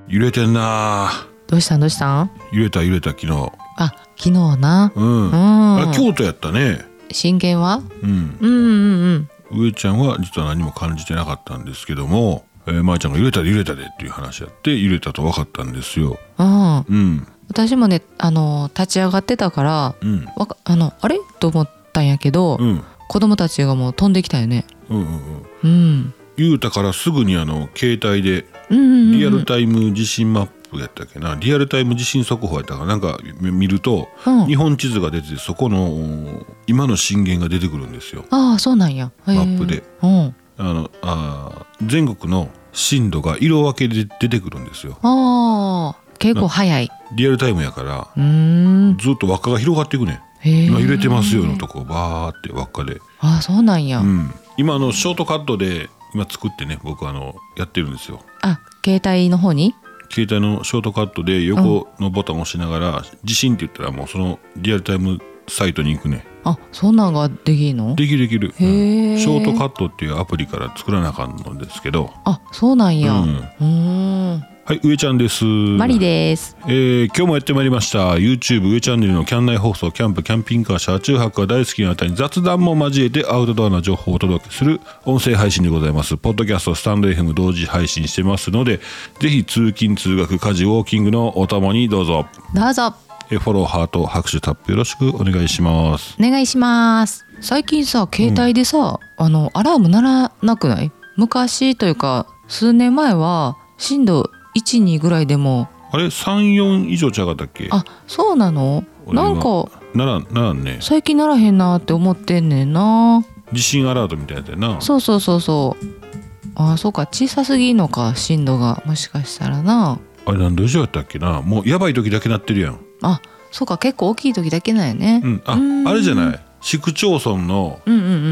揺れてんな。 どうしたん揺れた昨日。 あ、昨日な。 あれ京都やったね。 震源は上ちゃんは実は何も感じてなかったんですけども、まーちゃんが揺れたでっていう話やって揺れたと分かったんですよ。 私もね立ち上がってたから、あれと思ったんやけど、子供たちがもう飛んできたよね。言うたからすぐに携帯でリアルタイム地震マップやったっけな、リアルタイム地震速報やったかなんか見ると、日本地図が出てそこの今の震源が出てくるんですよ。 ああ、そうなんや。 マップで、全国の震度が色分けで出てくるんですよ。 結構早い。 リアルタイムやからずっと輪っかが広がっていくね。今揺れてますよのとこバーって輪っかで。 そうなんや。 今ショートカットで今作ってね、僕やってるんですよ。 携帯の方に携帯のショートカットで横のボタンを押しながら、地震って言ったらもうそのリアルタイムサイトに行くね。 そんなんができるの？ できる、ショートカットっていうアプリから作らなあかんのですけど。 そうなんや。 はい、上ちゃんです。 マリです。 今日もやってまいりました YouTube 上チャンネルのキャン内放送、キャンプキャンピングカー車中泊が大好きなあたりに雑談も交えてアウトドアな情報をお届けする音声配信でございます。ポッドキャスト、スタンド FM 同時配信してますので、ぜひ通勤通学家事ウォーキングのお供にどうぞフォロー、ハート、拍手タップよろしくお願いします。 お願いします。最近さ、携帯でさ、アラーム鳴らなくない？昔というか数年前は震度1、2ぐらいでもあれ3、4以上ちゃうかったっけ？ そうなの？なんかならんね。 最近ならへんなって思ってんねんな。 地震アラートみたいなやつやな。 そう。そうか、小さすぎんのか、震度が。もしかしたらな。 あれ何度以上やったっけな。もうやばい時だけなってるやん。 そうか、結構大きい時だけなんやね。 あれじゃない、市区町村の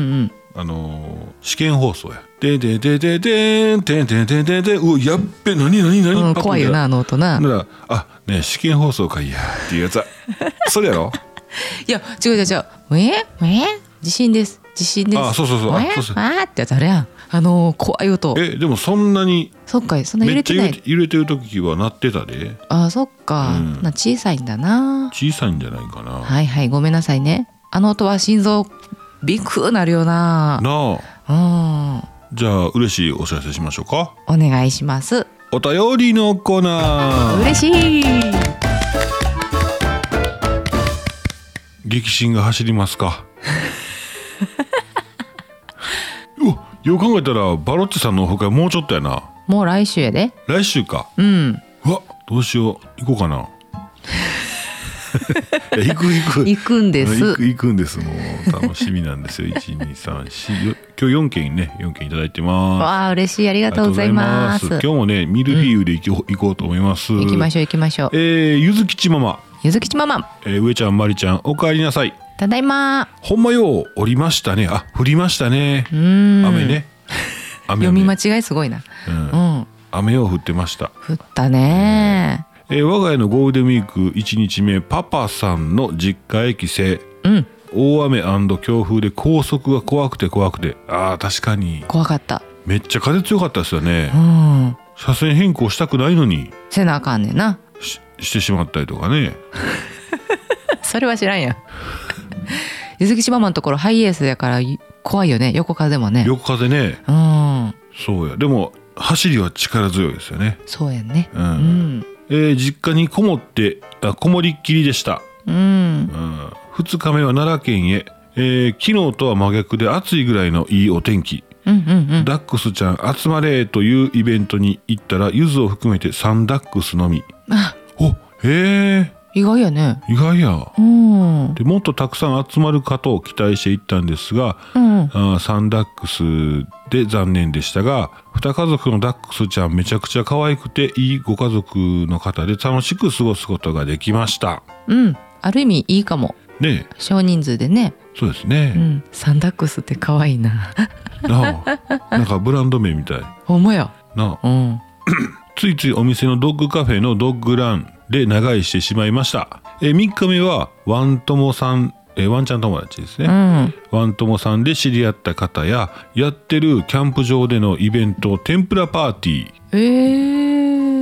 試験放送や。でででででんてんてんてんてんてん、うわやっべ、何、 怖いよな、音な。 だからね、試験放送かいやっていうやつはそれやろ。 いや違う地震です。 そうってやつあれやん。怖い音。 でもそんなにそんな揺れてない。 めっちゃ揺れてる時は鳴ってたで。 そっか、小さいんだな。 小さいんじゃないかな。 はいごめんなさいね。音は心臓ビクなるよな。じゃあ嬉しいお知らせしましょうか。お願いします。 お便りのコーナー。 嬉しい。 激震が走りますか。よう考えたらバロッチさんのオフ会もうちょっとやな。 もう来週やで。 来週か。うわ、どうしよう、行こうかな。行くんです。もう楽しみなんですよ。1、2、3、4、今日4件ね、4件いただいてます。 わあ、嬉しい、ありがとうございます。 今日もね、ミルフィーユで行こうと思います。 行きましょう。 ゆずきちママ、上ちゃん、まりちゃん、お帰りなさい。 ただいま。 ほんまよう降りましたね。降りましたね。雨ね。 読み間違いすごいな。 雨よう降ってました。 降ったね。 我が家のゴールデンウィーク1日目、パパさんの実家へ帰省。大雨&強風で高速が怖くて。確かに怖かった。 めっちゃ風強かったですよね。車線変更したくないのにせなあかんねんな。 してしまったりとかね。 それは知らんやん。ゆずきしママのところハイエースやから怖いよね。横風もね。 横風ね。そうや。でも走りは力強いですよね。 そうやんね。 実家にこもりっきりでした。2日目は奈良県へ。昨日とは真逆で暑いぐらいのいいお天気。ダックスちゃん集まれというイベントに行ったら、ゆずを含めて3ダックスのみ。 意外やね。 意外や。でもっとたくさん集まるかと期待していったんですが、3ダックスで残念でしたが、2家族のダックスちゃんめちゃくちゃ可愛くていいご家族の方で楽しく過ごすことができました。 ある意味いいかもね。少人数でね。 そうですね。 サンダックスって可愛いな。 なんかブランド名みたい。 ほんまや。 ついついお店のドッグカフェのドッグランで長居してしまいました。3日目はワン友さん、ワンちゃん友達ですね。ワン友さんで知り合った方や、やってるキャンプ場でのイベント天ぷらパーティー。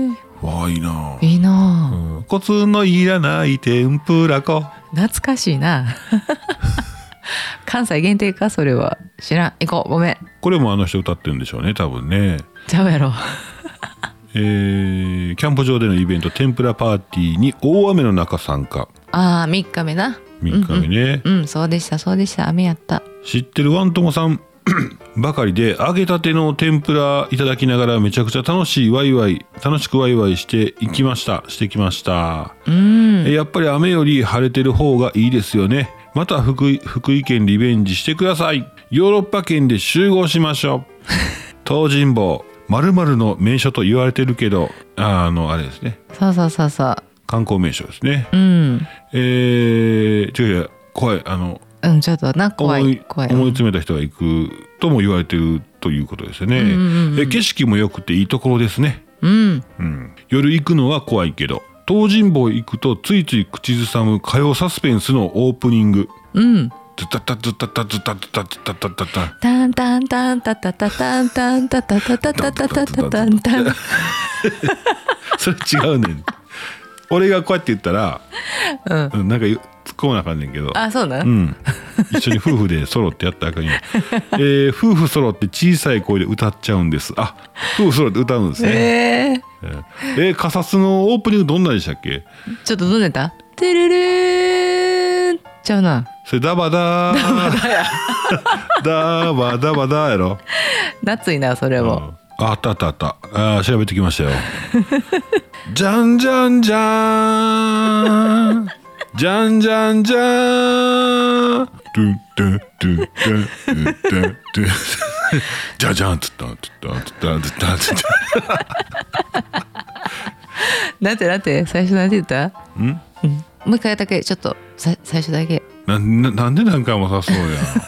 わあいいな。 いいな、 コツのいらない天ぷら粉。 懐かしいな関西限定かそれは。知らん。行こう、ごめん。 これもあの人歌ってるんでしょうね多分ね。 ちゃうやろキャンプ場でのイベント天ぷらパーティーに大雨の中参加。 ああ、3日目な。 3日目ね、 そうでしたそうでした。雨やった。 知ってるワントモさんばかりで揚げたての天ぷらいただきながらめちゃくちゃ楽しくワイワイしてきました。やっぱり雨より晴れてる方がいいですよね。また福井県リベンジしてください。ヨーロッパ圏で集合しましょう東尋坊〇〇の名所と言われてるけどあれですね。 そう観光名所ですね。違う怖いちょっとな怖い思い詰めた人が行くとも言われてるということですよね。景色も良くていいところですね。夜行くのは怖いけど東尋坊行くとついつい口ずさむ火曜サスペンスのオープニング。ズタタズタタズタズタズタタタタタンタンタンタタタタンタンタタタタタタタタタンタン。 それ違うねん。俺がこうやって言ったらなんか突っ込まなあかんねんけど。 あ、そうなん。 一緒に夫婦でソロってやったらあかんよ。夫婦ソロって小さい声で歌っちゃうんです。あ、夫婦ソロって歌うんですね。カサスのオープニングどんなでしたっけ？ ちょっとどんなやった？テレレーンちゃうな。 それダバダーダバダバダーやろ。 夏いなそれも。 あった。調べてきましたよ。じゃんじゃんじゃーんじゃんじゃんじゃーんトゥントゥントゥントゥントゥントゥントゥンじゃじゃんつったなんて最初なんて言った？もう一回だけちょっと最初だけ。 なんで何回もさそうや。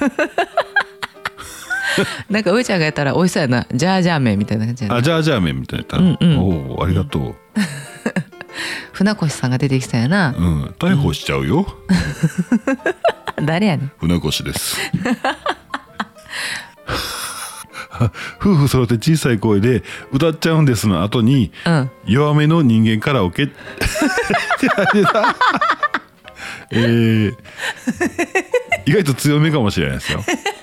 なんか上ちゃんがやったら美味しそうやな。ジャージャー麺みたいな感じやな。 ジャージャー麺みたいな。おお、ありがとう。 船越さんが出てきたやな。 逮捕しちゃうよ。 誰やねん。 船越です。夫婦揃って小さい声で歌っちゃうんですの後に、弱めの人間カラオケ。意外と強めかもしれないですよ。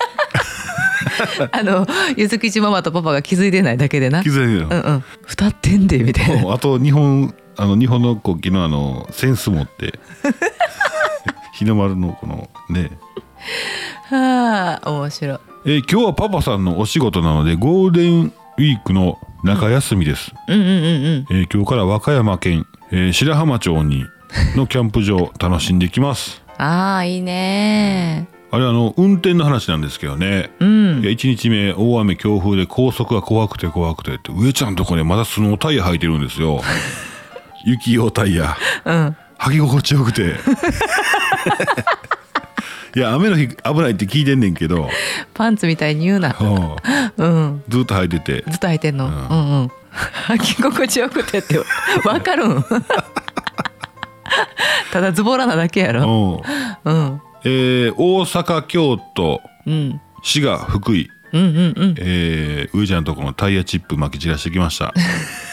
ゆずきちママとパパが気づいてないだけでな。 気づいてない。 歌ってんでみたいな。 あと日本の国旗のセンス持って日の丸のこのね。 はあ、面白い。 今日はパパさんのお仕事なのでゴールデンウィークの中休みです。今日から和歌山県、白浜町のキャンプ場楽しんできます。 ああ、いいね。 あれ運転の話なんですけどね。1日目大雨強風で高速が怖くてって上ちゃんとこねまだスノータイヤ履いてるんですよ。雪用タイヤ。履き心地よくて。いや雨の日危ないって聞いてんねんけど。 パンツみたいに言うな。ずっと履いてて。 ずっと履いてんの。履き心地よくてってわかるん。ただズボラなだけやろ。大阪京都、滋賀福井、上ちゃんとこのタイヤチップ巻き散らしてきました。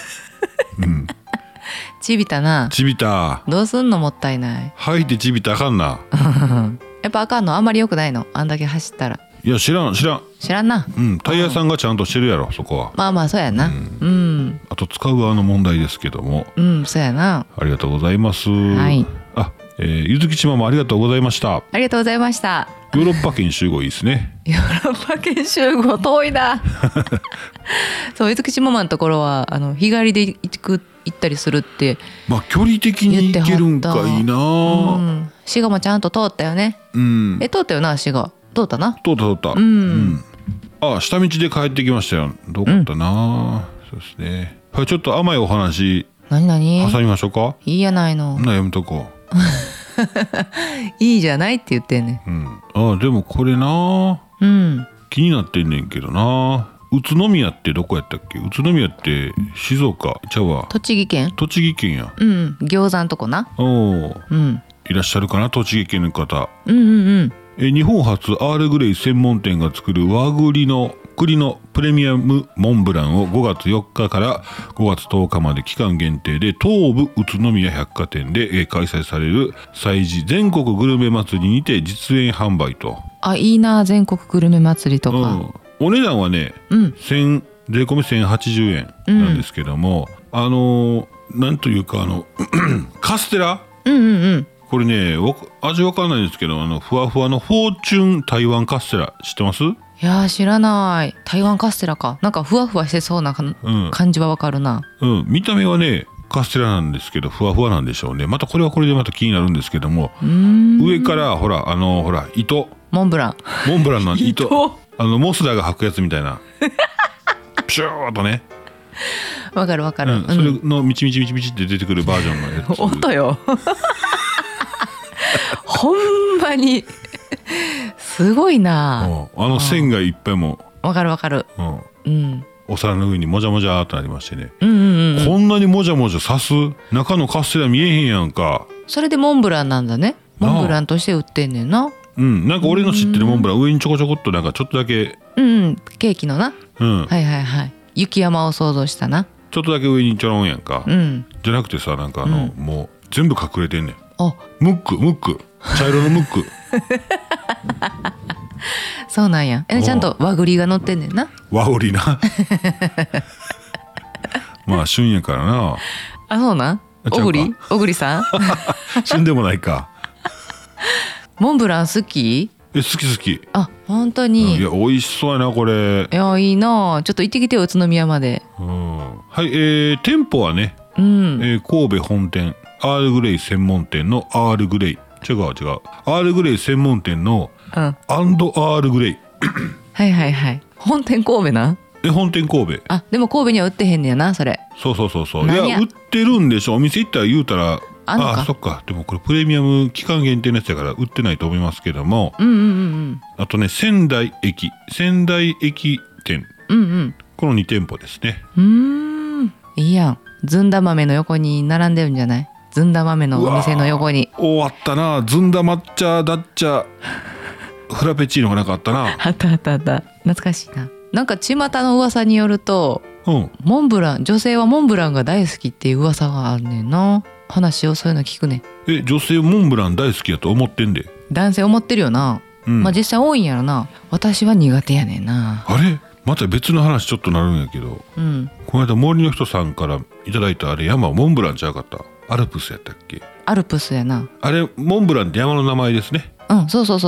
ちびたな。 ちびた。 どうすんのもったいない。 履いてちびたあかんな。 やっぱあかんの？あんまり良くないの？あんだけ走ったら。 いや知らんな。 タイヤさんがちゃんとしてるやろそこは。 まあそうやな。 あと使う側の問題ですけども。 そうやな。 ありがとうございます。 はい。 ゆずきちママありがとうございました。 ありがとうございました。 ヨーロッパ圏集合いいですね。 ヨーロッパ圏集合遠いな。そう、ゆずきちママのところは日帰りで行ったりするって。 まあ距離的に行けるんかいいな。 滋賀もちゃんと通ったよね。通ったよな。滋賀通ったな。 通った。下道で帰ってきましたよ。どうかったな。そうですね。はい、ちょっと甘いお話何挟みましょうか。 いいやないの。 やめとこう。 いいじゃないって言ってんねん。でもこれな、気になってんねんけどな。宇都宮ってどこやったっけ？宇都宮って静岡ちゃうわ。 栃木県や。餃子のとこな。いらっしゃるかな栃木県の方。日本初アールグレイ専門店が作る和栗の栗のプレミアムモンブランを5月4日から5月10日まで期間限定で東武宇都宮百貨店で開催される催事全国グルメ祭りにて実演販売と。 あ、いいな、全国グルメ祭りとか、 お値段はね、税込み1080円なんですけども、なんというかカステラ、これね味わかんないんですけどふわふわのフォーチュン台湾カステラ知ってます？ いや知らない。台湾カステラか。なんかふわふわしてそうな感じはわかるな。 見た目はねカステラなんですけどふわふわなんでしょうね。またこれはこれでまた気になるんですけども、上からほら糸モンブランの糸モスラが履くやつみたいなピシューっとね、 わかる、 それのみちみちって出てくるバージョンのやつ音よほんまにすごいな。 線がいっぱいもわかる、 お皿の上にもじゃもじゃーっとなりましてね、こんなにもじゃもじゃ刺す中のカステラ見えへんやんか。それでモンブランなんだね。モンブランとして売ってんねんな。 なんか俺の知ってるモンブラン上にちょこちょこっとなんかちょっとだけケーキのな、はい雪山を想像したな。 ちょっとだけ上にちょろんやんか、じゃなくてさなんかもう全部隠れてんねん。ムック茶色のムックそうなんや。ちゃんと和栗が乗ってんねんな。 和栗なまあ旬やからな。 そうなん。小栗さん旬でもないかモンブラン好き？ 好き。 本当に。 いや美味しそうやなこれ。 いやいいな。ちょっと行ってきてよ宇都宮まで。 はい、店舗はね、神戸本店アールグレイ専門店のアールグレイ違うアールグレイ専門店のアンドアールグレイはい本店神戸な。 本店神戸。 でも神戸には売ってへんねやなそれ。 そういや売ってるんでしょ。お店行ったら言うたらそっか。でもこれプレミアム期間限定のやつだから売ってないと思いますけども、あとね仙台駅店、この2店舗ですね。 いいやん。ずんだ豆の横に並んでるんじゃない？ずんだ豆のお店の横に。 終わったな。ずんだ抹茶ダッチャフラペチーノがなんかあったな。 あった懐かしいな。なんか巷の噂によると、モンブラン女性はモンブランが大好きっていう噂があるねんな。話をそういうの聞くね。 女性モンブラン大好きやと思ってんで。 男性思ってるよな。実際多いんやろな。私は苦手やねんな。 あれまた別の話ちょっとなるんやけど、この間森の人さんからいただいたあれ山モンブランちゃうかった？アルプスやったっけ？アルプスやな。あれモンブランって山の名前ですね。そうそう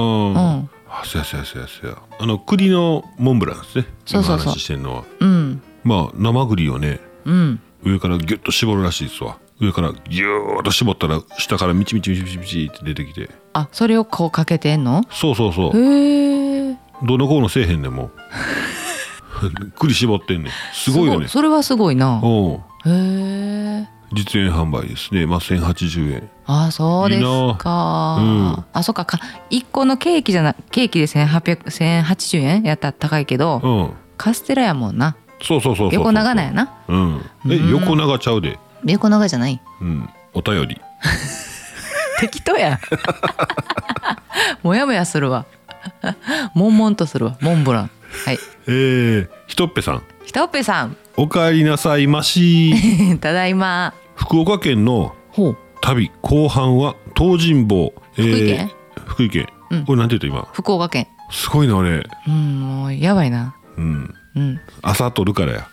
や。栗のモンブランですね。今話してんのは。まあ生栗をね、上からギュッと絞るらしいですわ。上からギューッと絞ったら下からミチって出てきて。それをこうかけてんの？そう。へえ。どのこうのせえへんねんもう。栗絞ってんねん。すごいよね。それはすごいな。へえ。実演販売ですね。1080円。そうですか。そっか。1個のケーキで1080円やったら高いけど、カステラやもんな。そう。横長なんやな。横長ちゃうで。横長じゃない。お便り。適当や。もやもやするわ。悶々とするわ。モンブラン。はい。ひとっぺさん。おかえりなさいまし。ただいま。福岡県の旅後半は東尋坊。福井県。これなんて言うと今。福岡県。すごいな俺。もうやばいな。朝撮るからや。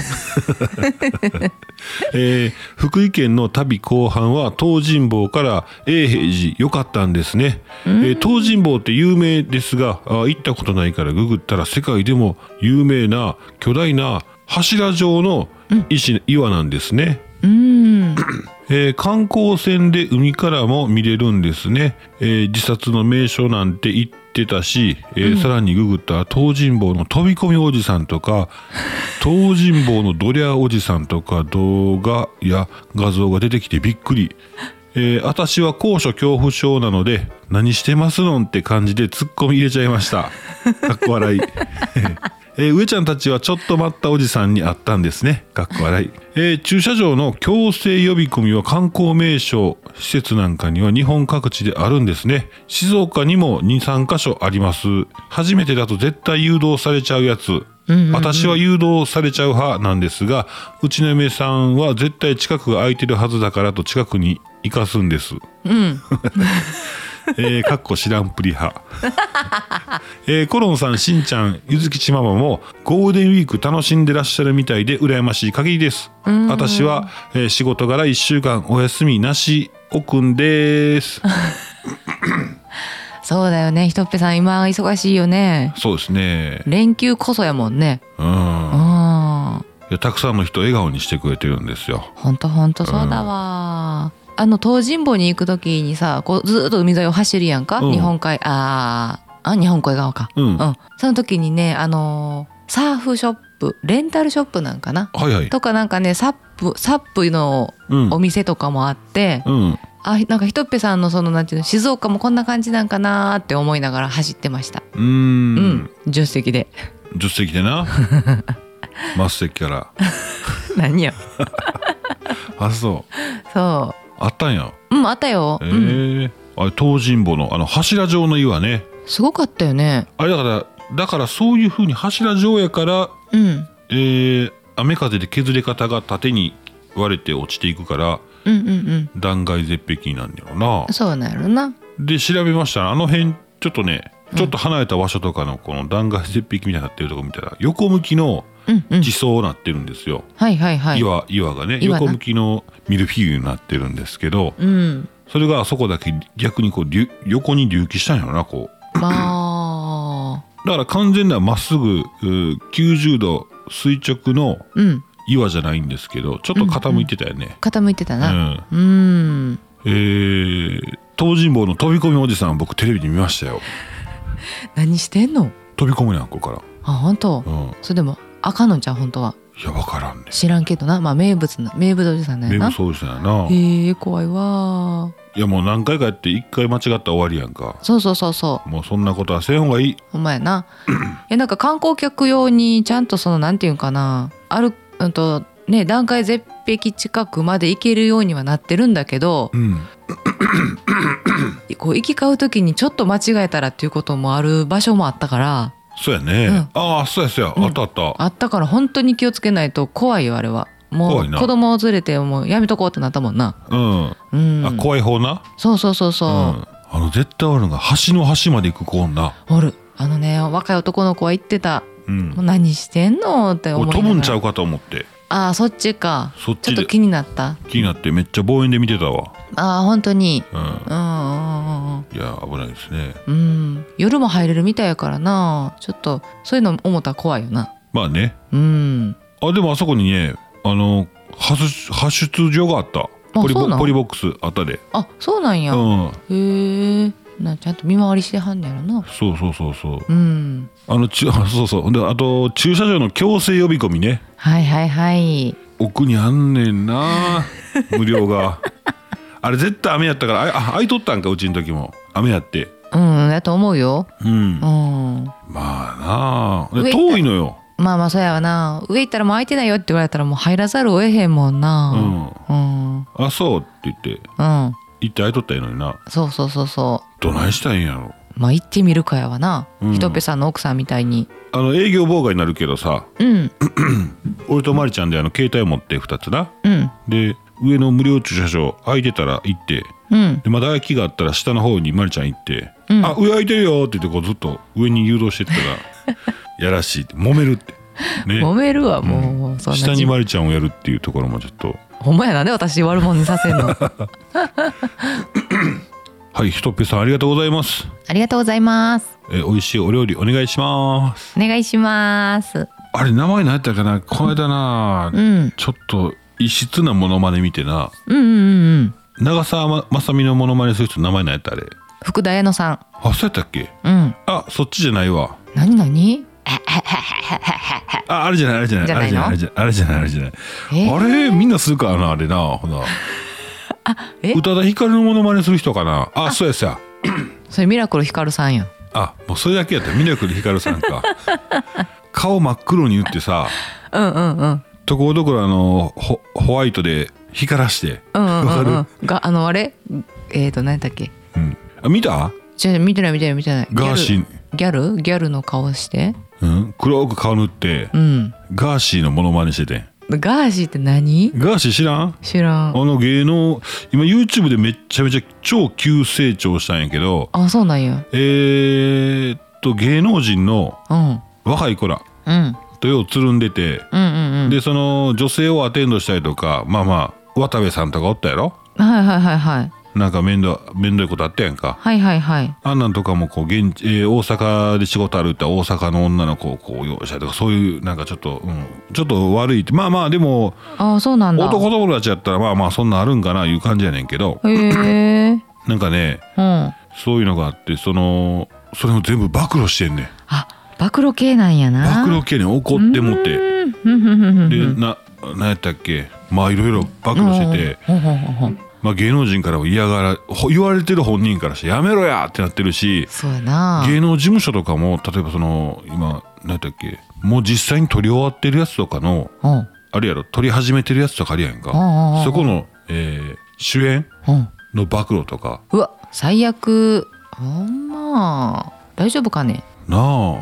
福井県の旅後半は東尋坊から永平寺良かったんですね。東尋坊って有名ですが行ったことないからググったら世界でも有名な巨大な柱状の岩なんですね。観光船で海からも見れるんですね。自殺の名所なんて言ってたし、さらにググったら東尋坊の飛び込みおじさんとか東尋坊のドリャおじさんとか動画や画像が出てきてびっくり。私は高所恐怖症なので何してますのんって感じでツッコミ入れちゃいました。かっこ笑い。 上ちゃんたちはちょっと待ったおじさんに会ったんですね。かっこ笑い。駐車場の強制呼び込みは観光名所施設なんかには日本各地であるんですね。静岡にも 2,3 カ所あります。初めてだと絶対誘導されちゃうやつ。私は誘導されちゃう派なんですが、うちの嫁さんは絶対近くが空いてるはずだからと近くに行かすんです。かっこ知らんぷり派。コロンさん、しんちゃん、ゆずきちママもゴールデンウィーク楽しんでらっしゃるみたいで羨ましい限りです。私は、仕事柄1週間お休みなしおくんです。 そうだよね、ひとっぺさん今忙しいよね。 そうですね。 連休こそやもんね。いや、たくさんの人を笑顔にしてくれてるんですよ。 ほんとそうだわ。東尋坊に行く時にさ、こうずっと海沿いを走るやんか、日本海日本海側か、その時にね、サーフショップ、レンタルショップなんかな、とかなんかね、サップのお店とかもあって、なんかひとっぺさんのそのなんていうの、静岡もこんな感じなんかなって思いながら走ってました。助手席でな。末席から何やあ、そうあったんや。 あったよ。 あれ東尋坊の柱状の岩ね、 すごかったよね。 あれだからそういう風に柱状やから、雨風で削れ方が縦に割れて落ちていくから、断崖絶壁なんだよな。そうなんやろな。で調べましたら、辺ちょっとね、ちょっと離れた場所とかのこの断崖絶壁みたいになってるとこ見たら、横向きの地層になってるんですよ。岩がね、横向きのミルフィーユになってるんですけど、それがあそこだけ逆にこう横に隆起したんやろな、こう。だから完全なまっすぐ90度垂直の岩じゃないんですけど、ちょっと傾いてたよね。 傾いてたな。 東尋坊の飛び込みおじさん、僕テレビで見ましたよ。 何してんの？ 飛び込むやん、ここから。 あ、本当。それでもあかんのんちゃう、本当は。 いや、分からんね。 知らんけどな。まあ名物おじさんなんやな。 名物おじさんやな。 怖いわ。 いや、もう何回かやって1回間違ったら終わりやんか。 そう。 もうそんなことはせんほうがいい。 ほんまやな。なんか観光客用にちゃんとそのなんていうんかな、段階絶壁近くまで行けるようにはなってるんだけど、こう行き交う時にちょっと間違えたらっていうこともある場所もあったから。 そうやね。そうや、あったから本当に気をつけないと怖いよ、あれは。もう子供を連れてもうやめとこうってなったもんな。怖い方な。そう。 絶対おるのが橋の端まで行く子な。 おる。若い男の子は言ってた。何してんのって思いながら。 飛ぶんちゃうかと思って。 そっちか。ちょっと気になってめっちゃ望遠で見てたわ。 本当に。いや、危ないですね。 夜も入れるみたいやからな。ちょっとそういうの思ったら怖いよな。 まあね。でもあそこにね、発出所があった。ポリボックスあったで。そうなんや。へえ。ちゃんと見回りしてはんねやろな。そう。で、あと駐車場の強制呼び込みね。奥にあんねんな、無料が。あれ絶対雨やったから、開いとったんか、うちの時も雨やって。やと思うよ。まあな、遠いのよ。まあそうやわな。上行ったらもう空いてないよって言われたらもう入らざるを得へんもんな。そうって言って行って空いとったらいいのにな。そう。どないしたらいいんやろ。まあ行ってみるかやわな。ひとっぺさんの奥さんみたいに。営業妨害になるけどさ、俺とまりちゃんで携帯持って2つな。で上の無料駐車場空いてたら行って、でまだ空きがあったら下の方にまりちゃん行って「上空いてるよ」って言ってこうずっと上に誘導してったらやらしいって揉めるってね。揉めるわもう。下にまりちゃんをやるっていうところもちょっと。ほんまやな。で私悪者にさせんの。はい、ひとっぺさんありがとうございます。ありがとうございます。美味しいお料理お願いします。お願いします。あれ名前何やったかな、この間な、ちょっと異質なモノマネ見てな。長澤まさみのモノマネする人名前何やったあれ。福田彩乃さん。そうやったっけ。そっちじゃないわ。何あれじゃない。あれみんなするからな、あれな。ほな宇多田ヒカルのモノマネする人かな。そうやさ。それミラクルヒカルさんや。もうそれだけやったらミラクルヒカルさんか。 顔真っ黒に塗ってさ、 うんうんうん。 ところどころホワイトで光らして、 うんうんうんうん、 わかる？ があれ何だっけ？ うん。あ、見た？ じゃ見てない。ガーシー。 ギャルの顔して。 うん。黒く顔塗って、うん、ガーシーのモノマネしてて。 ガーシーって何？ ガーシー知らん？ 知らん。 芸能今 YouTube でめっちゃめちゃ超急成長したんやけど。 あ、そうなんや。 芸能人の若い子らとようつるんでて、うんうんうん、でその女性をアテンドしたりとか、まあ渡部さんとかおったやろ。 はいはいはいはい。 なんか面倒いことあったやんか。 はいはいはい。 あんなんとかもこう大阪で仕事あるって大阪の女の子をこう用意したりとか、そういうなんかちょっと悪いって、まあでも、 あ、そうなんだ。 男友達やったらまあそんなんあるんかないう感じやねんけど、 へえ。 なんかね、うん、そういうのがあって、それも全部暴露してんねん。 あ、暴露系なんやな。 暴露系ね、怒ってもってでなんやったっけ、まあいろいろ暴露してて、まあ、芸能人からも嫌がら言われてる本人からしてやめろやってなってるし、 そうやな。 芸能事務所とかも例えば今何やったっけ、もう実際に撮り終わってるやつとかの、あるやろ、撮り始めてるやつとかあるやんか、そこの、主演の暴露とか、 うわ最悪。ほんま大丈夫かねなあ。 うん。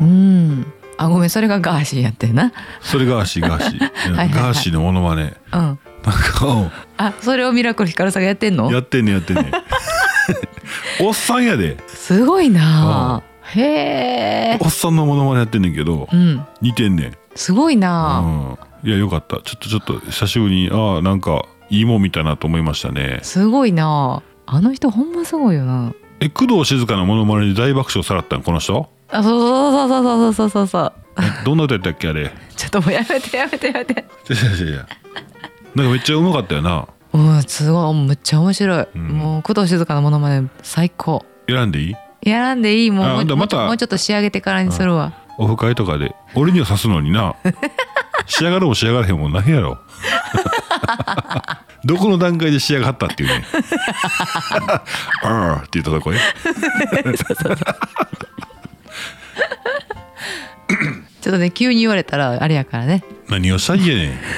あ、ごめん、それがガーシーやってんな。 それガーシーガーシーのモノマネ。うん。なんかあ、それをミラクルひかるさんがやってんの？ やってんねおっさんやで。 すごいな。へえ。 おっさんのモノマネやってんねんけど、似てんねん。 すごいな。 いや、よかった。ちょっと久しぶりになんかいいもん見たなと思いましたね。 すごいな。あの人ほんますごいよな。 工藤静香のモノマネで大爆笑さらったんこの人？ あ、そうどんな歌やったっけあれ。 ちょっともうやめて。 いやなんかめっちゃうまかったよな。 うん、すごい、めっちゃ面白い、もう工藤静香のモノマネ最高。 選んでいい？ 選んでいい。もうまたもうちょっと仕上げてからにするわ。 オフ会とかで俺には刺すのにな仕上がるも仕上がらへんもんないやろどこの段階で仕上がったっていうねあーって言ったとこねちょっとね、急に言われたらあれやからね。 何をしたいやねん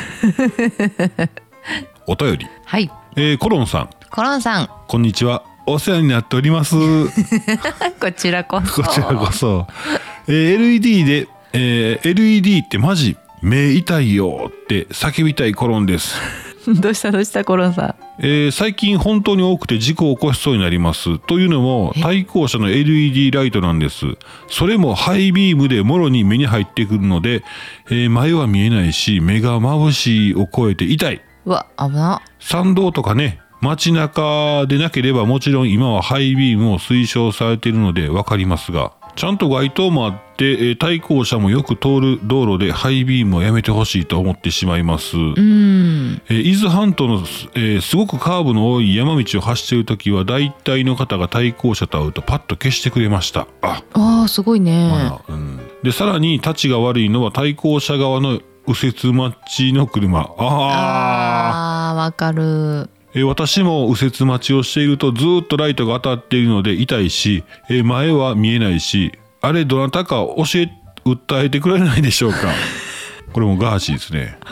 お便り。 はい。 コロンさんこんにちは、お世話になっておりますこちらこそ LED で、LED ってマジ目痛いよって叫びたいコロンですどうしたコロンさん。 最近本当に多くて事故を起こしそうになります。というのも対向車の LED ライトなんです。それもハイビームでもろに目に入ってくるので、前は見えないし目が眩しいを超えて痛い。 うわ、危な。 山道とかね、街中でなければもちろん今はハイビームを推奨されているので分かりますが、ちゃんと街灯もあって対向車もよく通る道路でハイビームをやめてほしいと思ってしまいます。伊豆半島の、すごくカーブの多い山道を走っている時は大体の方が対向車と会うとパッと消してくれました。 あ、すごいね、 でさらに立ちが悪いのは対向車側の右折待ちの車。 わかる。 私も右折待ちをしているとずっとライトが当たっているので痛いし、前は見えないし、あれどなたか訴えてくれないでしょうかこれもガーシーですね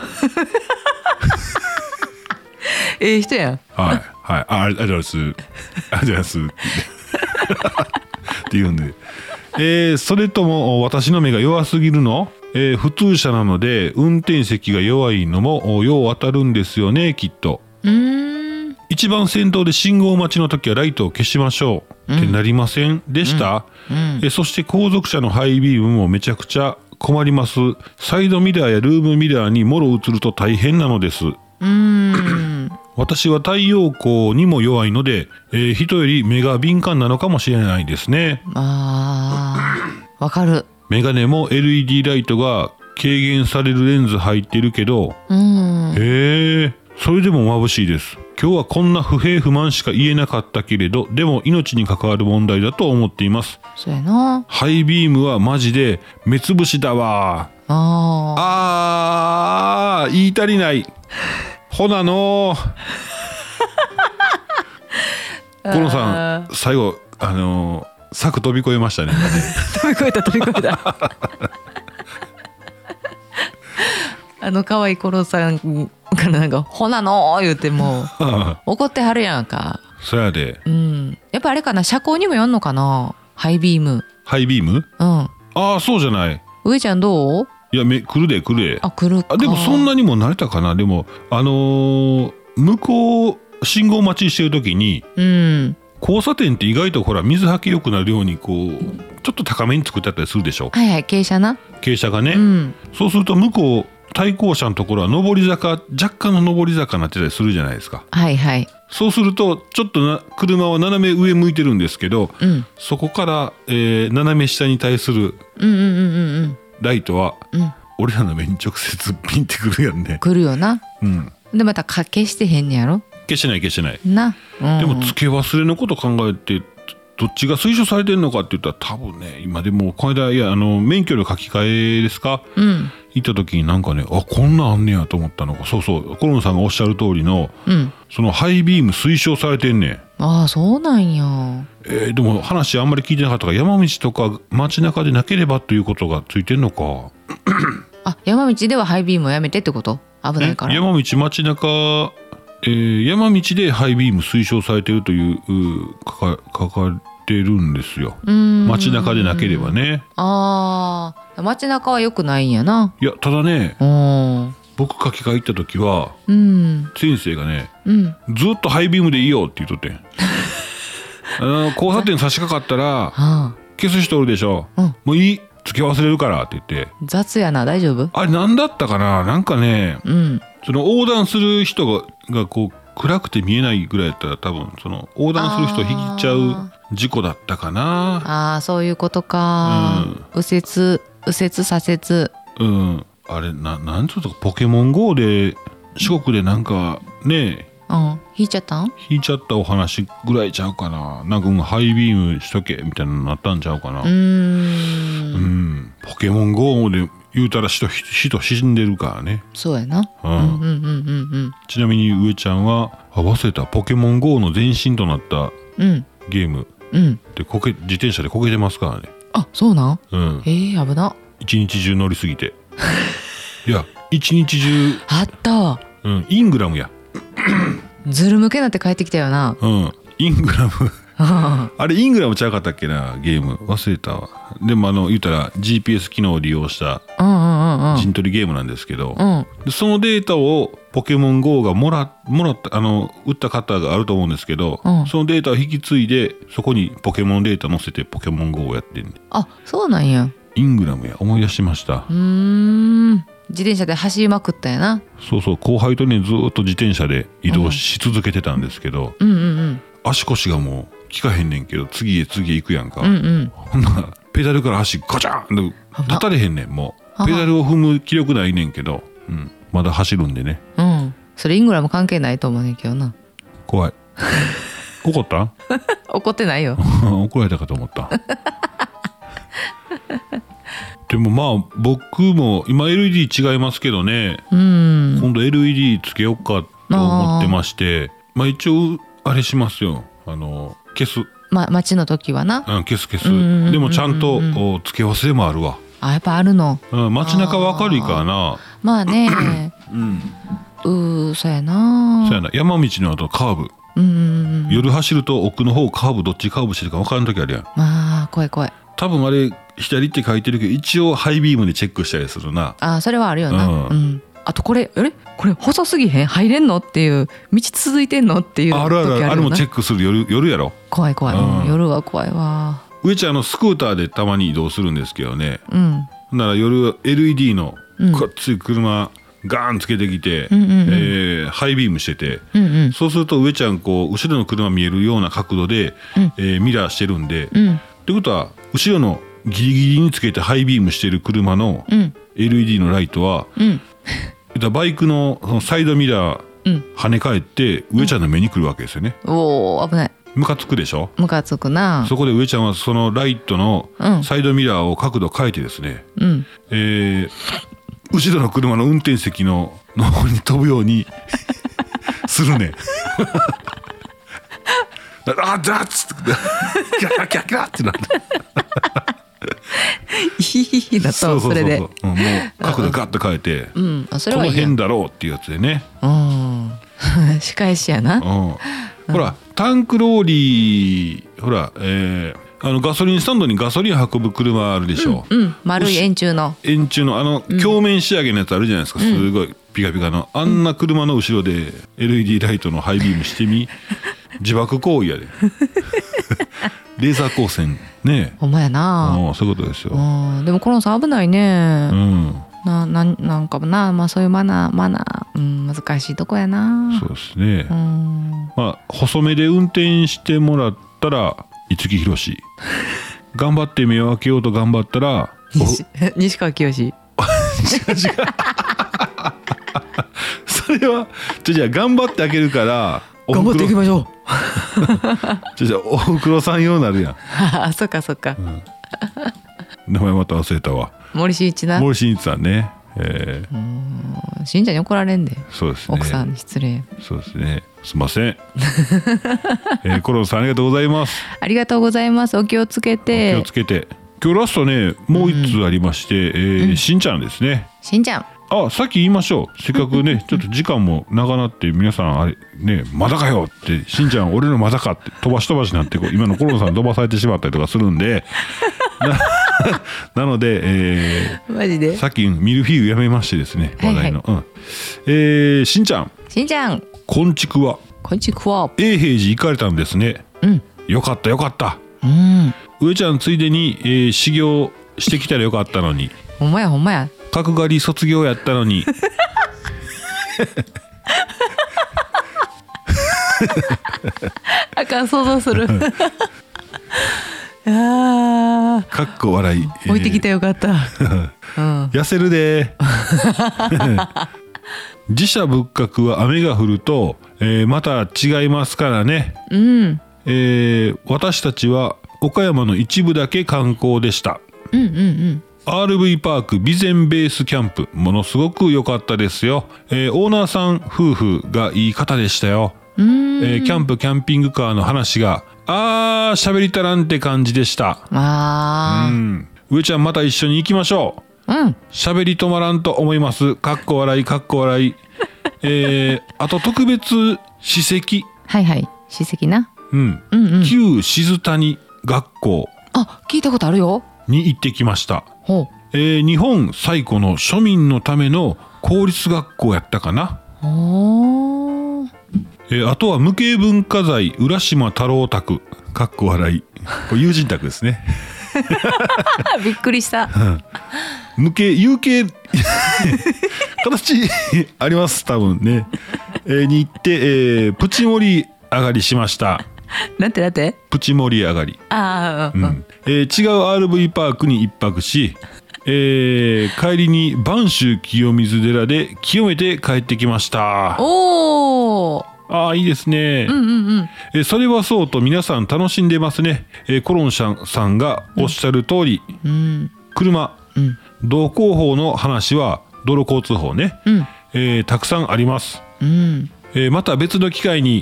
人やん。 はいありがとうございますって言うんで、それとも私の目が弱すぎるの？普通車なので運転席が弱いのもよう当たるんですよね、きっと。一番先頭で信号待ちの時はライトを消しましょうってなりませんでした？そして後続車のハイビームもめちゃくちゃ困ります。サイドミラーやルームミラーにもろ映ると大変なのです。私は太陽光にも弱いので、人より目が敏感なのかもしれないですね。 わかる。 メガネも LED ライトが軽減されるレンズ入ってるけど、それでも眩しいです。今日はこんな不平不満しか言えなかったけれど、でも命に関わる問題だと思っています。 そうやな。 ハイビームはマジで目つぶしだわ。言い足りないほなのコロさん最後柵飛び越えましたね飛び越えた可愛いコロさんからなんかほなの言っても怒ってはるやんか。 そやで。 やっぱあれかな、車高にもよんのかな、ハイビーム。 ハイビーム？ああ、そうじゃない。 上ちゃんどう？ いや、来るで。 あ、来るか。 でもそんなにも慣れたかな。でも向こう信号待ちしてる時に、交差点って意外とほら水はけ良くなるようにこうちょっと高めに作ってあったりするでしょ。 はいはい、傾斜がね、そうすると向こう対向車のところは上り坂、若干の上り坂になってたりするじゃないですか。 はいはい。 そうするとちょっと車は斜め上向いてるんですけど、そこから、斜め下に対するライトは、俺らの目に直接ピンってくるやんね。 来るよな。でまた消してへんねやろ。 消してないな、 でも付け忘れのこと考えてどっちが推奨されてるのかって言ったら多分ね、今でもこの間免許の書き換えですか、行った時になんかね、あ、こんなんあんねやと思ったのが、そうコロンさんがおっしゃる通りの、そのハイビーム推奨されてんねん。 ああ、そうなんや。 でも話あんまり聞いてなかったから、山道とか街中でなければということがついてんのか。 あ、山道ではハイビームをやめてってこと？危ないから。 山道街中、山道でハイビーム推奨されてるという書かれてるんですよ。街中でなければね。 ああ、街中は良くないんやな。 いや、ただね、僕書き換え行った時は、先生がね、ずっとハイビームでいいよって言っとってん。交差点差し掛かったら消す人おるでしょ、もういい、付け忘れるからって言って。 雑やな。大丈夫？ あれ何だったかな。なんかね、その横断する人がこう暗くて見えないぐらいだったら、多分その横断する人を引いちゃう事故だったかな。 ああ、そういうことか。右折左折。 あれなんつうとか、ポケモン GO で四国でなんかね、 引いちゃったお話ぐらいちゃうかな。なんかハイビームしとけみたいなのなったんちゃうかな。ポケモン GO で言うたら人死んでるからね。 そうやな。 ちなみに上ちゃんは忘れた、ポケモン GO の前身となったゲームで自転車でこけてますからね。 あ、そうなん？危な。 一日中乗りすぎて。いや、一日中あった。 イングラムや。 ずるむけなって帰ってきたよな。 イングラムあれイングラムちゃうかったっけな、ゲーム忘れたわ。でも言ったら GPS 機能を利用した陣取りゲームなんですけど、でそのデータをポケモン GO がもらった売った方があると思うんですけど、そのデータを引き継いでそこにポケモンデータ載せてポケモン GO をやってんねん。 あ、そうなんや。 イングラムや、思い出しました。 自転車で走りまくったやな。 そう後輩とねずっと自転車で移動し続けてたんですけど、足腰がもう効かへんねんけど、次へ行くやんか。ほんならペダルから足ガチャンと立たれへんねん。もうペダルを踏む気力ないねんけど、まだ走るんでね。 それイングラム関係ないと思うねんけどな。 怖い。怒った？ 怒ってないよ。 怒られたかと思った。でもまあ僕も今 LED 違いますけどね、今度 LED つけようかと思ってまして、一応あれしますよ、消す。 街の時はな。 消す。でもちゃんと付け忘れもあるわ。 あ、やっぱあるの。 街中は明るいからな。 まあね。そうやな。 山道の後カーブ。夜走ると奥の方カーブ、どっちカーブしてるか分からん時あるやん。 まあ怖い。 多分あれ左って書いてるけど、一応ハイビームでチェックしたりするな。 あ、それはあるよな。あとこれ細すぎへん？入れんのっていう、道続いてんのっていう時あるよな。 あれもチェックする。夜やろ。 怖い、夜は怖いわ。 上ちゃんスクーターでたまに移動するんですけどね、なら夜 LED のこっち車ガーンつけてきて、ハイビームしてて、そうすると上ちゃん後ろの車見えるような角度で、ミラーしてるんで、ってことは後ろのギリギリにつけてハイビームしてる車の LED のライトは、バイクのそのサイドミラー跳ね返って上ちゃんの目に来るわけですよね。 おー、危ない。 ムカつくでしょ。 ムカつくな。 そこで上ちゃんはそのライトのサイドミラーを角度変えてですね、後ろの車の運転席の方に飛ぶようにするね。あっ、だっつってギャッってなっていいだとそれで、 もう角度ガッと変えて、 それはいいやん。 この辺だろうっていうやつでね。 仕返しやな。 ほらタンクローリー、ほら、ガソリンスタンドにガソリン運ぶ車あるでしょ。 丸い円柱の鏡面仕上げのやつあるじゃないですか。すごいピカピカのあんな車の後ろで LED ライトのハイビームしてみ、自爆行為やで。レーザー光線ね。 ほんまやな。 そういうことですよ。 でもコロンさん危ないね。なんかな、まあそういうマナー、難しいとこやな。 そうですね。まあ細めで運転してもらったら五木ひろし、頑張って目を開けようと頑張ったら西川きよし。 違うそれはじゃあ頑張って開けるから頑張っていきましょう。 じゃあおふくろさん用になるやん。 そっかそっか。 名前また忘れたわ。 森進一な。 森進一さんね。 信者に怒られんで。 そうですね。 奥さんに失礼。 そうですね。すいません。コロンさんありがとうございます。 ありがとうございます。お気をつけて。 お気をつけて。今日ラストね、もう一通ありまして、しんちゃんですね。 しんちゃん。 さっき言いましょう。せっかくねちょっと時間も長なって皆さんあれねまだかよってしんちゃん俺のまだかって飛ばしになって今のコロンさん飛ばされてしまったりとかするんでなので、 マジでさっきミルフィーユやめましてですね話題の、しんちゃんこんちくわ永平寺行かれたんですね。よかったよかった。上ちゃんついでに、修行してきたらよかったのに。 ほんまや角刈り卒業やったのに。 あかん想像する。かっこ笑い。 置いてきてよかった。 痩せるで。寺社仏閣は雨が降ると、また違いますからね。私たちは岡山の一部だけ観光でした。RV パーク備前ベースキャンプものすごく良かったですよ。オーナーさん夫婦がいい方でしたよ。キャンピングカーの話が喋りたらんって感じでした。上ちゃんまた一緒に行きましょう。喋り止まらんと思います。かっこ笑いかっこ笑い。あと特別史跡。 史跡な。 旧静谷学校。 聞いたことあるよ。 に行ってきました。日本最古の庶民のための公立学校やったかな。あとは無形文化財浦島太郎宅かっこ笑い。これ友人宅ですね。 びっくりした。 無形有形形あります多分ね。に行って、プチ盛り上がりしました。 なんてプチ盛り上がり。違う RV パークに一泊し、帰りに播州清水寺で清めて帰ってきました。いいですね。それはそうと皆さん楽しんでますね。コロンさんがおっしゃる通り、車、道交法の話は道路交通法ね、たくさんあります。また別の機会に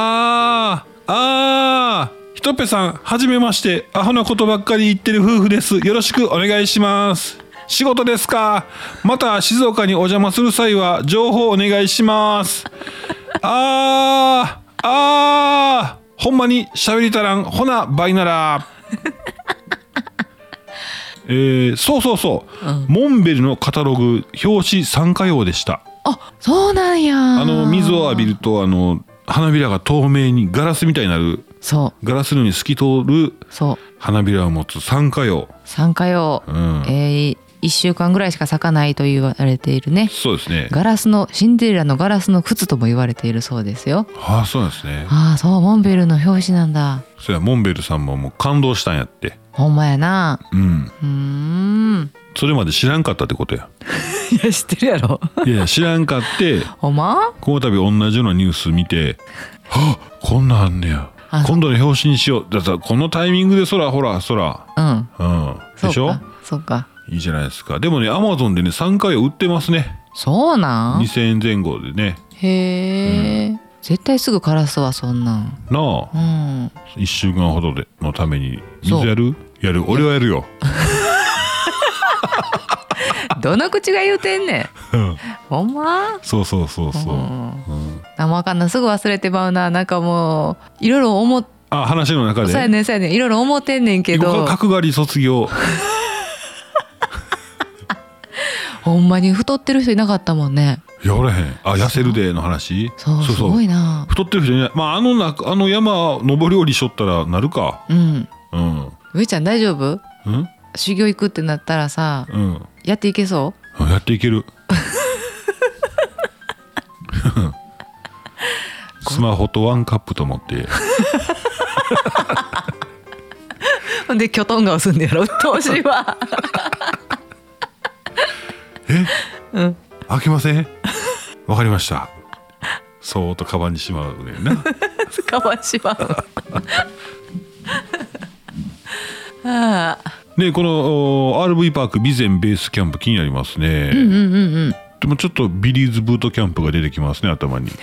ひとっぺさんはじめまして、アホなことばっかり言ってる夫婦です。よろしくお願いします。仕事ですか。また静岡にお邪魔する際は情報お願いします。ほんまに喋りたらん。ほなバイなら。そう、モンベルのカタログ表紙参加用でした。 そうなんや。 水を浴びると花びらが透明にガラスみたいになる。ガラスのように透き通る花びらを持つ参加用。1週間ぐらいしか咲かないと言われているね。そうですね。シンデレラのガラスの靴とも言われているそうですよ。そうですね。モンベルの表紙なんだ。それはモンベルさんももう感動したんやって。ほんまやな。それまで知らんかったってことや。いや知ってるやろ。いや知らんかって。ほんま？この度同じようなニュース見て、こんなんあんねや。今度の表紙にしよう。だからこのタイミングでほらでしょ。そうか。いいじゃないですか。でもね、アマゾンでね3回売ってますね。そうなん？ 2000 円前後でね。へえ、絶対すぐ枯らすわそんなんなあ。1週間ほどでのために水やる俺はやるよ。 どの口が言うてんねん。ほんま？ そうそうそうそう、 なんもわかんない、すぐ忘れてまうな。なんかもういろいろ思っ話の中でそうやねんそうやねん、いろいろ思ってんねんけど、 角刈り卒業ほんまに太ってる人いなかったもんね。 いやおらへん。痩せるでの話。 そうすごいな。 太ってる人いない。まああの山登り降りしょったらなるか。 上ちゃん大丈夫？修行行くってなったらさ、やっていけそう？ やっていける。スマホとワンカップと思ってほんでキョトン顔すんねやろ、うっとうしいわ。 開けません。わかりました。そうとカバンにしまうねんな。 カバンしまう。 ね、この RV パーク備前ベースキャンプ気になりますね。でもちょっとビリーズブートキャンプが出てきますね、頭に。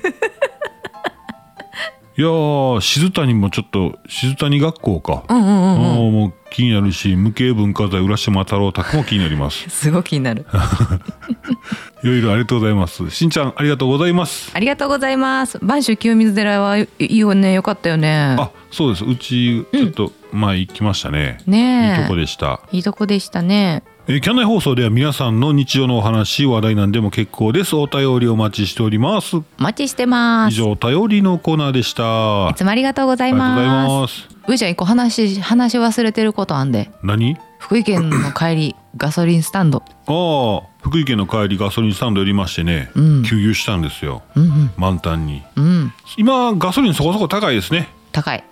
いやー、静谷もちょっと静谷学校か、もう気になるし、無形文化財浦島太郎宅も気になります。 すごい気になる。 いろいろありがとうございます。しんちゃんありがとうございます。 ありがとうございます。播州清水寺はいいよね、よかったよね。 そうです。うちちょっと前行きましたね。 ねえ、 いいとこでした。 いいとこでしたね。 キャン内放送では皆さんの日常のお話、話題なんでも結構です。お便りお待ちしております。 お待ちしてます。 以上、お便りのコーナーでした。 いつもありがとうございます。 ありがとうございます。 上ちゃん一個話忘れてることあんで。 何？ 福井県の帰りガソリンスタンド。 福井県の帰りガソリンスタンド寄りましてね、給油したんですよ、満タンに、今ガソリンそこそこ高いですね。 高い、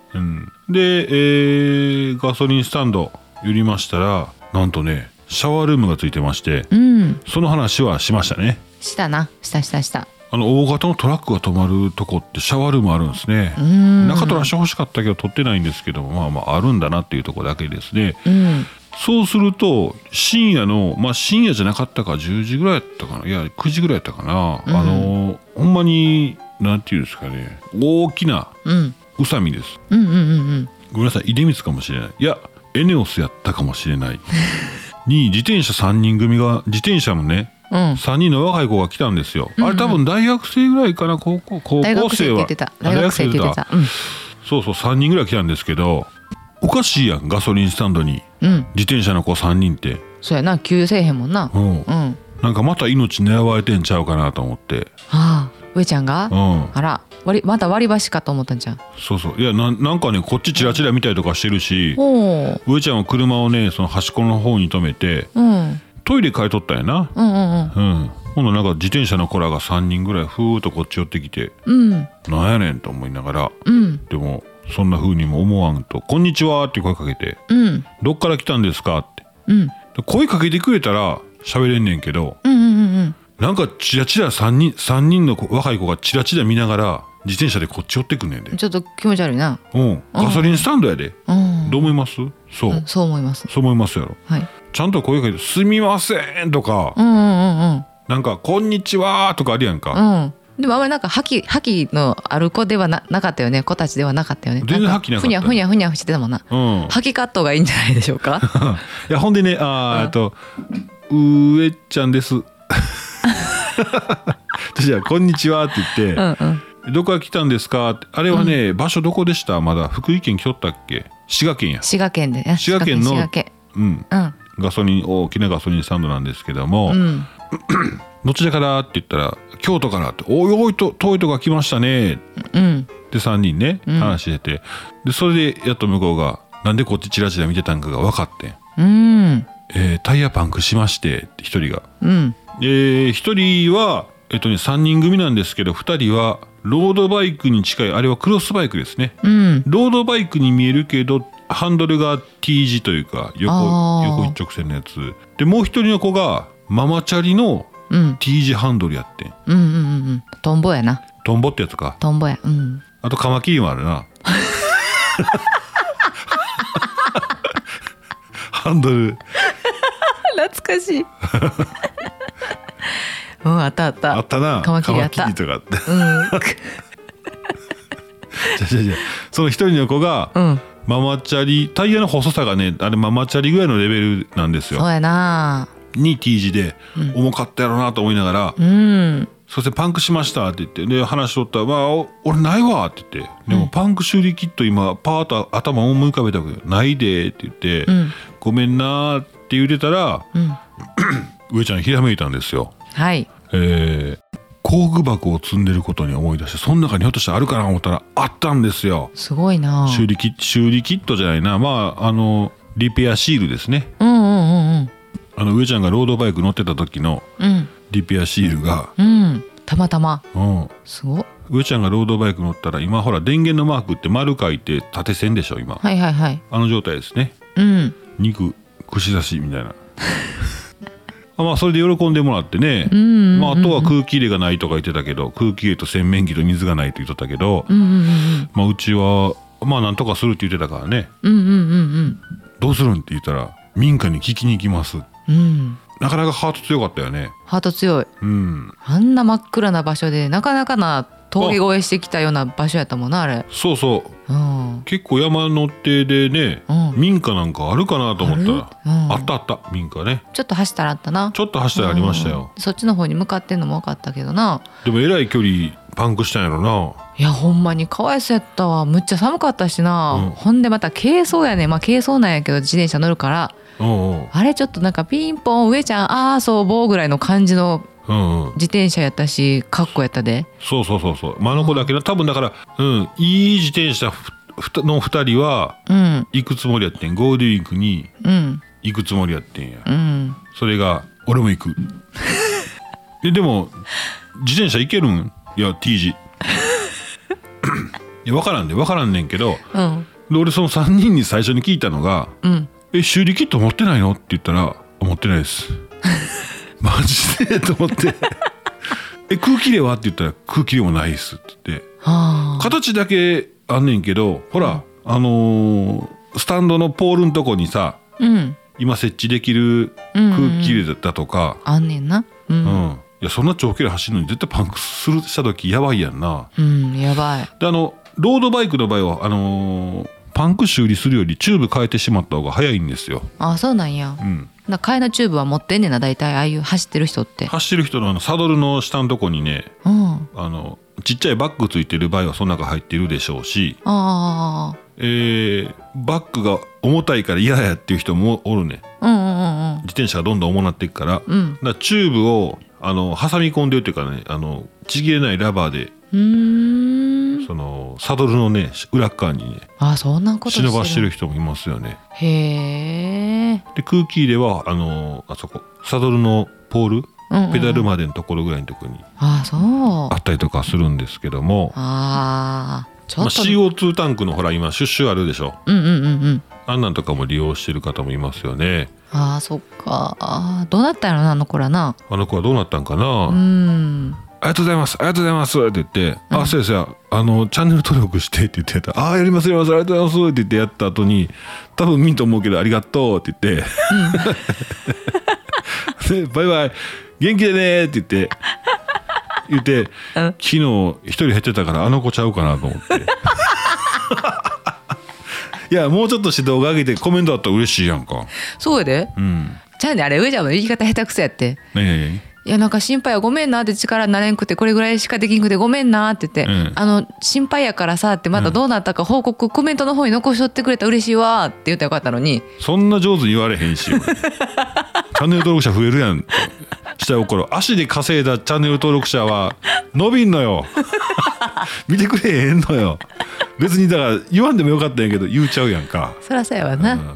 で、ガソリンスタンド寄りましたら、なんとねシャワールームがついてまして、その話はしましたね。 した大型のトラックが止まるとこってシャワールームあるんですね。中取らしてほしかったけど取ってないんですけども、まああるんだなっていうところだけですね。そうすると深夜の、深夜じゃなかったか10時ぐらいやったかな、いや9時ぐらいやったかな、ほんまになんていうんですかね、大きな宇佐美です。ごめんなさい、出光かもしれない、いやエネオスやったかもしれないに自転車3人組が、自転車のね、3人の若い子が来たんですよ。あれ多分大学生ぐらいかな、高校生は大学生って言ってた。そうそう、3人ぐらい来たんですけど、おかしいやん、ガソリンスタンドに自転車の子3人って。 そうやな、給油せえへんもんな。 なんかまた命狙われてんちゃうかなと思って。 上ちゃんが、あら、また割り箸かと思ったんじゃん。 そうそう、いや、なんかね、こっちチラチラ見たりとかしてるし、上ちゃんは車をね、その端っこの方に止めて、トイレ買い取ったんやな。ほんななんか自転車の子らが3人ぐらいふーっとこっち寄ってきて、なんやねんと思いながら、でもそんな風にも思わんと「こんにちは」って声かけて「どっから来たんですか?」って声かけてくれたら喋れんねんけど、なんかチラチラ3人の若い子がチラチラ見ながら自転車でこっち寄ってくんねんで。 ちょっと気持ち悪いな。 ガソリンスタンドやで。どう思います？ そう思います。 そう思いますやろ。ちゃんと声かけて「すみません」とか、なんか「こんにちは」とかあるやんか。 でもあんまりなんか覇気のある子では なかったよね。子たちではなかったよね。 全然覇気なかった。 ふにゃしてたもんな。覇気カットがいいんじゃないでしょうか。 いやほんでね、上ちゃんです。じゃあこんにちはって言って、どこから来たんですかって。あれはね、場所どこでした？まだ福井県来とったっけ？滋賀県や。 滋賀県でね。 滋賀県のガソリン、大きなガソリンスタンドなんですけども、どちらからって言ったら京都からって、おい遠いとこ来ましたね。で3人ね話してて、でそれでやっと向こうがなんでこっちチラチラ見てたんかが分かってん。タイヤパンクしましてって1人が。1人は3人組なんですけど、2人はロードバイクに近い、あれはクロスバイクですね。ロードバイクに見えるけどハンドルが T 字というか横一直線のやつで、もう1人の子がママチャリのT 字ハンドルやってん。 トンボやな。 トンボってやつか。 トンボや。 あとカマキリもあるな。ハンドル懐かしい。あったな。 カマキリあった。 カマキリとかあって。じゃその一人の子がママチャリタイヤの細さがねあれママチャリぐらいのレベルなんですよ。 そうやなに T 字で、重かったやろなと思いながら、そしてパンクしましたって言ってで話しとったら、俺ないわって言ってでもパンク修理キット今パーッと頭を思い浮かべたけどないでって言って、ごめんなって言ってたら、上ちゃんひらめいたんですよ。 はい。 工具箱を積んでることに思い出してその中にひょっとしたらあるかな思ったらあったんですよ。 すごいな。 修理キットじゃないなリペアシールですね。上ちゃんがロードバイク乗ってた時のリペアシールが、 たまたま、すごっ。 上ちゃんがロードバイク乗ったら今ほら電源のマークって丸書いて縦線でしょ今。 はいはいはい。 あの状態ですね。肉串刺しみたいなそれで喜んでもらってね、あとは空気入れがないとか言ってたけど空気入れと洗面器と水がないと言っとったけど、うちはなんとかするって言ってたからね、どうするんって言ったら民家に聞きに行きます、なかなかハート強かったよね。 ハート強い、あんな真っ暗な場所でなかなかな峠越えしてきたような場所やったもんなあれ。 そうそう、結構山の手でね、民家なんかあるかなと思ったら あった民家ね。 ちょっと走ったらあったな。 ちょっと走ったらありましたよ、 そっちの方に向かってんのも分かったけどな。 でもえらい距離パンクしたんやろな。 いやほんまにかわいそうやったわ。むっちゃ寒かったしな、ほんでまた軽装やね。軽装なんやけど自転車乗るから、あれちょっとなんかピンポン上ちゃんあーそうぼうぐらいの感じの自転車やったしかっこやったで。 そうあの子だけど多分だから、いい自転車の2人は行くつもりやってん。ゴールデンウィークに行くつもりやってんや、それが俺も行くでも自転車行けるんいや T 字いや分からんねんけど、で俺その3人に最初に聞いたのが、修理キット持ってないのって言ったら持ってないですマジでと思って空気入れはって言ったら空気入れもないですって言って、形だけあんねんけどほら、スタンドのポールのとこにさ、今設置できる空気入れだとか、 あんねんな。 いやそんな長距離走るのに絶対パンクした時やばいやんな。 やばい。 でロードバイクの場合はパンク修理するよりチューブ変えてしまった方が早いんですよ。 そうなんや。替えのチューブは持ってんねんな大体ああいう走ってる人って。 走ってる人のサドルの下のとこにね、ちっちゃいバッグついてる場合はその中入ってるでしょうし、バッグが重たいから嫌やっていう人もおるね、自転車がどんどん重なっていくから、だからチューブを挟み込んでるっていうかねちぎれないラバーでそのサドルのね裏側にねそんなこと忍ばしてる人もいますよね。 へえ。 で空気入れはあそこサドルのポール、ペダルまでのところぐらいのところにあったりとかするんですけども、ちょっとCO2 タンクのほら今シュッシュあるでしょ。あんなんとかも利用してる方もいますよね。 そっか。どうなったんやろなあの子らな。 あの子はどうなったんかな。ありがとうございますありがとうございますって言って、そうですよチャンネル登録してって言ってた。やりますありがとうございますって言ってやった後に多分見んと思うけどありがとうって言ってでバイバイ元気でねって言って昨日一人減ってたからあの子ちゃうかなと思っていやもうちょっとして動画上げてコメントあったら嬉しいやんか。 そうやで。ちゃうねあれ上ちゃんの言い方下手くそやって。 何いやなんか心配やごめんなって力なれんくてこれぐらいしかできんくてごめんなって言って、心配やからさってまたどうなったか報告、コメントの方に残しとってくれたら嬉しいわって言ったらよかったのに。 そんな上手に言われへんしチャンネル登録者増えるやん下心足で稼いだチャンネル登録者は伸びんのよ見てくれへんのよ。別にだから言わんでもよかったんやけど言うちゃうやんか。 そらそうやわな。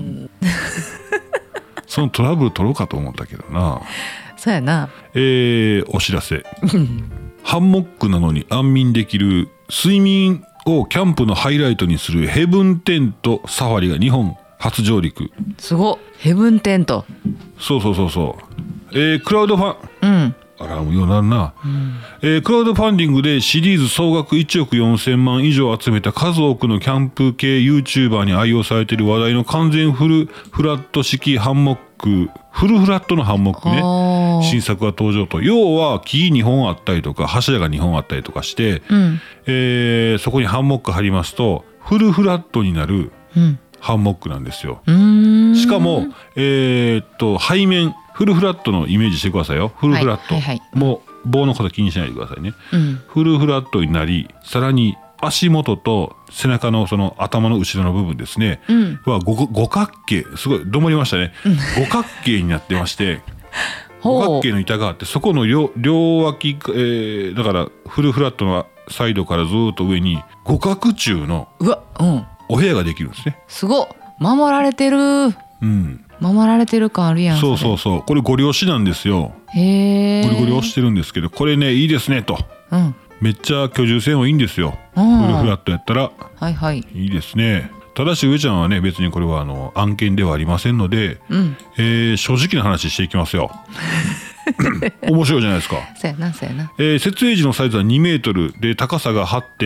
そのトラブル取ろうかと思ったけどな。 そうやな。 お知らせハンモックなのに安眠できる睡眠をキャンプのハイライトにするヘブンテントサファリが日本初上陸。 すごっ。ヘブンテント。 そうクラウドファン、あらもうようなんな、クラウドファンディングでシリーズ総額1億4000万以上集めた数多くのキャンプ系 YouTuber に愛用されている話題の完全フルフラット式ハンモックフルフラットのハンモックね新作が登場と。要は木2本あったりとか柱が2本あったりとかして、そこにハンモック貼りますとフルフラットになる、 ハンモックなんですよ。 うんしかも背面フルフラットのイメージしてくださいよ。フルフラット、 はいはいはい、 もう棒のこと気にしないでくださいね、 うん、 フルフラットになり、さらに足元と背中のその頭の後ろの部分ですね、は五角形、すごいどもりましたね、五角形になってまして五角形の板があって、そこの両脇、だからフルフラットのサイドからずっと上に五角柱のお部屋ができるんですね。 すごっ、守られてる、守られてる感あるやん。 そうそうそう、これご利用しなんですよ。 へえ。 ゴリゴリ押してるんですけど、これねいいですねと、めっちゃ居住性もいいんですよ、フルフラットやったら。 はいはい、 いいですね。ただし上ちゃんはね、別にこれは案件ではありませんので、正直な話していきますよ面白いじゃないですか。 そうやなそうやな。 設営時のサイズは2メートルで、高さが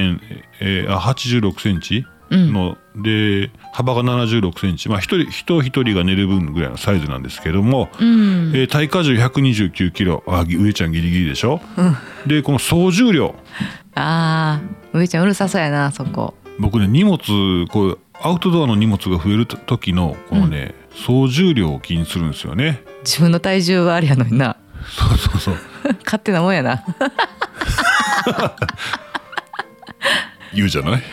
86センチの、で幅が76センチ、人一人が寝る分ぐらいのサイズなんですけども、耐荷重129キロ、上ちゃんギリギリでしょ、でこの総重量、 上ちゃんうるさそうやなそこ。 僕ね、荷物こうアウトドアの荷物が増える時のこのね、総重量を気にするんですよね。 自分の体重はあれやのにな。 そうそうそう勝手なもんやな言うじゃない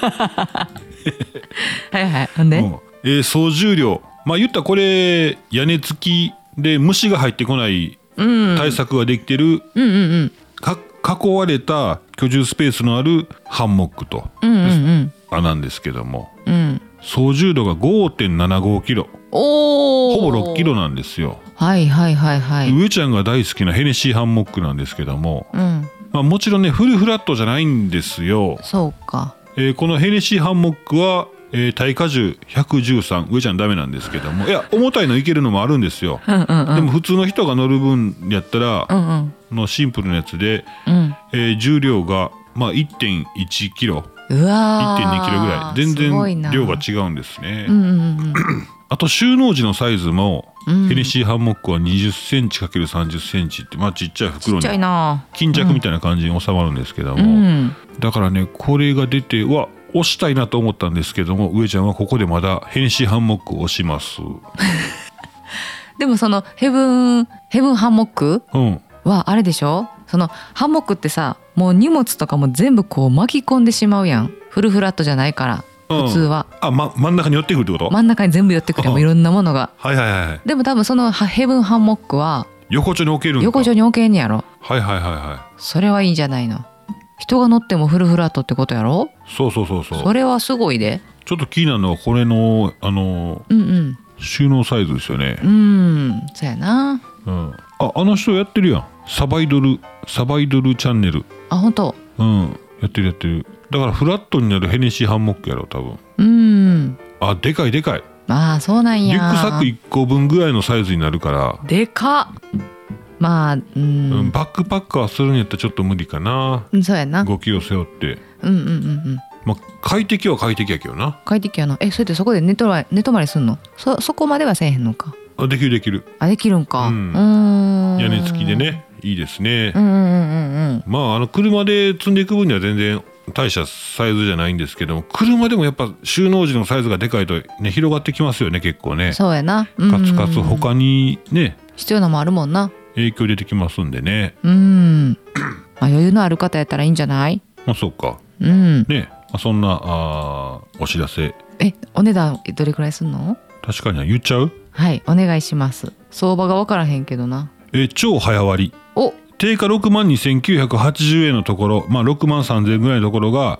はいはい、ほんで、 総重量、言ったらこれ屋根付きで虫が入ってこない対策ができてる、囲われた居住スペースのあるハンモックと、なんですけども、総重量が 5.75 キロ、ほぼ6キロなんですよ。 はいはいはいはい。 上ちゃんが大好きなヘネシーハンモックなんですけども、もちろんねフルフラットじゃないんですよ。 そうか。 このヘネシーハンモックは、耐荷重113、上ちゃんダメなんですけども、いや重たいのいけるのもあるんですよ。でも普通の人が乗る分やったら、のシンプルなやつで、重量が1.1 キロ、1.2 キロぐらい、全然量が違うんですね。あと収納時のサイズも、ヘネシーハンモックは20センチ ×30 センチって、ちっちゃい袋に巾着みたいな感じに収まるんですけども、だからねこれが出て押したいなと思ったんですけども、上ちゃんはここでまだヘネシーハンモックを押しますでもそのヘブンハンモックはあれでしょ、そのハンモックってさ、もう荷物とかも全部こう巻き込んでしまうやん、フルフラットじゃないから普通は。 真ん中に寄ってくるってこと？ 真ん中に全部寄ってくる、もいろんなものが。 はいはいはい。 でも多分そのヘブンハンモックは横丁に置けるんか。 横丁に置けんねやろ。 はいはいはいはい。 それはいいんじゃないの。人が乗ってもフルフラットってことやろ。 そうそうそうそう。 それはすごいで。 ちょっと気になるのはこれの収納サイズですよね。 そうやな。 あの人やってるやん。サバイドルチャンネル。 本当。 やってる。だからフラットになるヘネシーハンモックやろ多分。でかい。 そうなんや。 リュックサック1個分ぐらいのサイズになるから。 でかっ。バックパッカーするんやったらちょっと無理かな。 そうやな。 5キロ背負って。快適は快適やけどな。 快適やな。それでそこで寝泊まりすんの？そこまではせえへんのか。 できる。できるんか。 屋根付きでね、いいですね。車で積んでいく分には全然大したサイズじゃないんですけども、車でもやっぱ収納時のサイズがでかいとね、広がってきますよね結構ね。 そうやな。 かつ他にね必要なもんあるもんな。 影響出てきますんでね。 余裕のある方やったらいいんじゃない？ そうか。ね、そんなお知らせ。 お値段どれくらいすんの？ 確かに言っちゃう？ はい、お願いします。相場が分からへんけどな。 超早割り。定価62,980円のところ、63,000円ぐらいのところが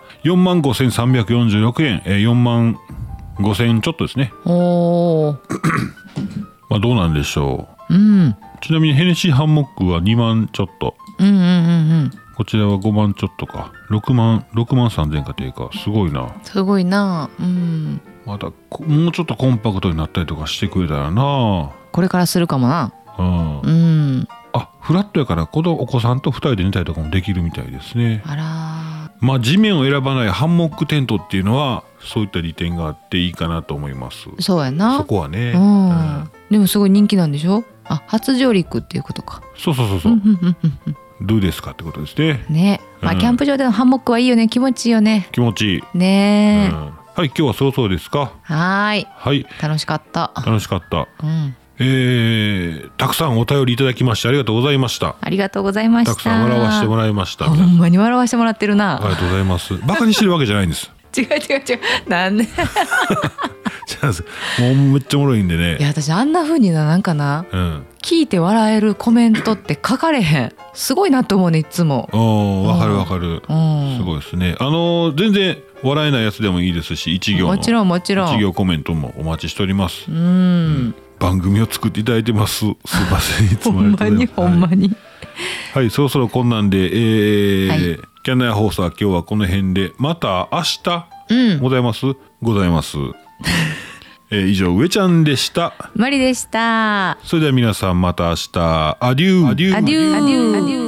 45,346円、45,000ちょっとですね。どうなんでしょう。ちなみにヘネシーハンモックは2万ちょっと。こちらは5万ちょっとか。6万3,000円か定価。すごいな。 すごいな。 またもうちょっとコンパクトになったりとかしてくれたらな。 これからするかもな。 フラットやからお子さんと2人で寝たりとかもできるみたいですね。地面を選ばないハンモックテントっていうのはそういった利点があっていいかなと思います。 そうやな。 そこはね。 でもすごい人気なんでしょ。初上陸っていうことか。 そう。どうですかってことですね。 キャンプ場でのハンモックはいいよね。気持ちいいよね。 気持ちいいね。 はい、今日はそろそろですか。 はい、楽しかった。 たくさんお便りいただきましてありがとうございました。 ありがとうございました。 たくさん笑わせてもらいました。 ほんまに笑わせてもらってるな。 ありがとうございます。バカにしてるわけじゃないんです。 違うなんでもうめっちゃおもろいんでね。 いや私あんな風になんかな、聞いて笑えるコメントって書かれへん。すごいなと思うねいつも。 わかる、すごいですね。全然笑えないやつでもいいですし、一行のもちろん一行コメントもお待ちしております。番組を作っていただいてます。すいません、いつもありがとうございます。 ほんまにはい、そろそろこんなんで、キャンナイ放送は今日はこの辺で、また明日ございます、以上上ちゃんでした。 マリでした。 それでは皆さんまた明日。アデュー。